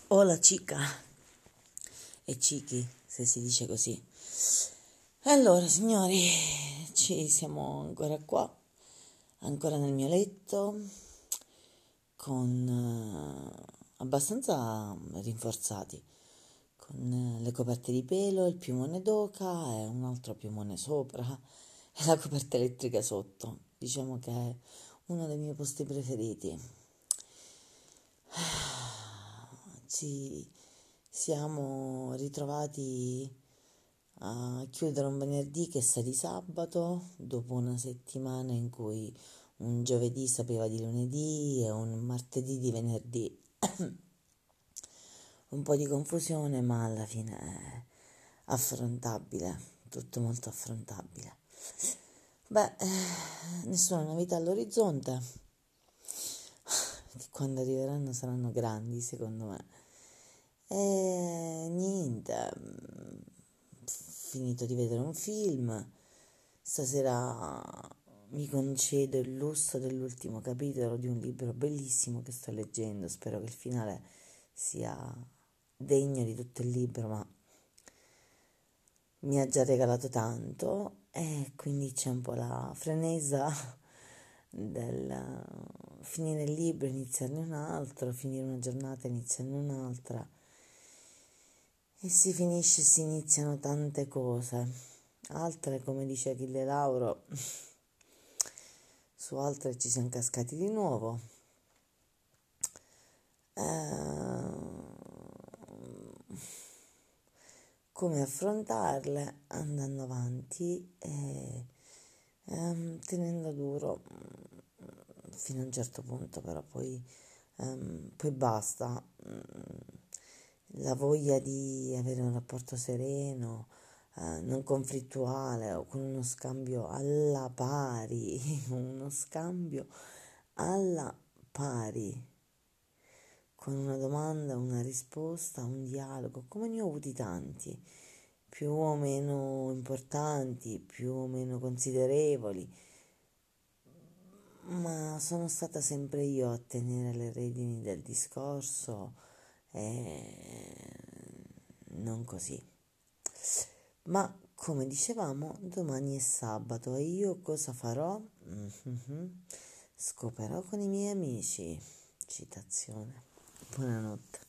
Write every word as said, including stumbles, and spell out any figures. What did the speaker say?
Hola chica e cichi, se si dice così. Allora, signori, ci siamo ancora qua, ancora nel mio letto, con eh, abbastanza rinforzati, con eh, le coperte di pelo, il piumone d'oca e un altro piumone sopra e la coperta elettrica sotto. Diciamo che è uno dei miei posti preferiti. Ci siamo ritrovati a chiudere un venerdì che sa di sabato, dopo una settimana in cui un giovedì sapeva di lunedì e un martedì di venerdì. Un po' di confusione, ma alla fine è affrontabile, tutto molto affrontabile. Beh, eh, nessuna novità all'orizzonte, che quando arriveranno saranno grandi, secondo me. E niente, mm, finito di vedere un film, stasera mi concedo il lusso dell'ultimo capitolo di un libro bellissimo che sto leggendo, spero che il finale sia degno di tutto il libro, ma mi ha già regalato tanto e quindi c'è un po' la frenesa del finire il libro, iniziarne un altro, finire una giornata, iniziarne un'altra. E si finisce, si iniziano tante cose, altre, come dice Achille Lauro, su altre ci siamo cascati di nuovo. Eh, come affrontarle andando avanti e ehm, tenendo duro fino a un certo punto, però poi, ehm, poi basta. La voglia di avere un rapporto sereno, eh, non conflittuale o con uno scambio alla pari, uno scambio alla pari, con una domanda, una risposta, un dialogo, come ne ho avuti tanti, più o meno importanti, più o meno considerevoli, ma sono stata sempre io a tenere le redini del discorso e non così. Ma come dicevamo, domani è sabato e io cosa farò? Mm-hmm. Scoperò con i miei amici. Citazione. Buonanotte.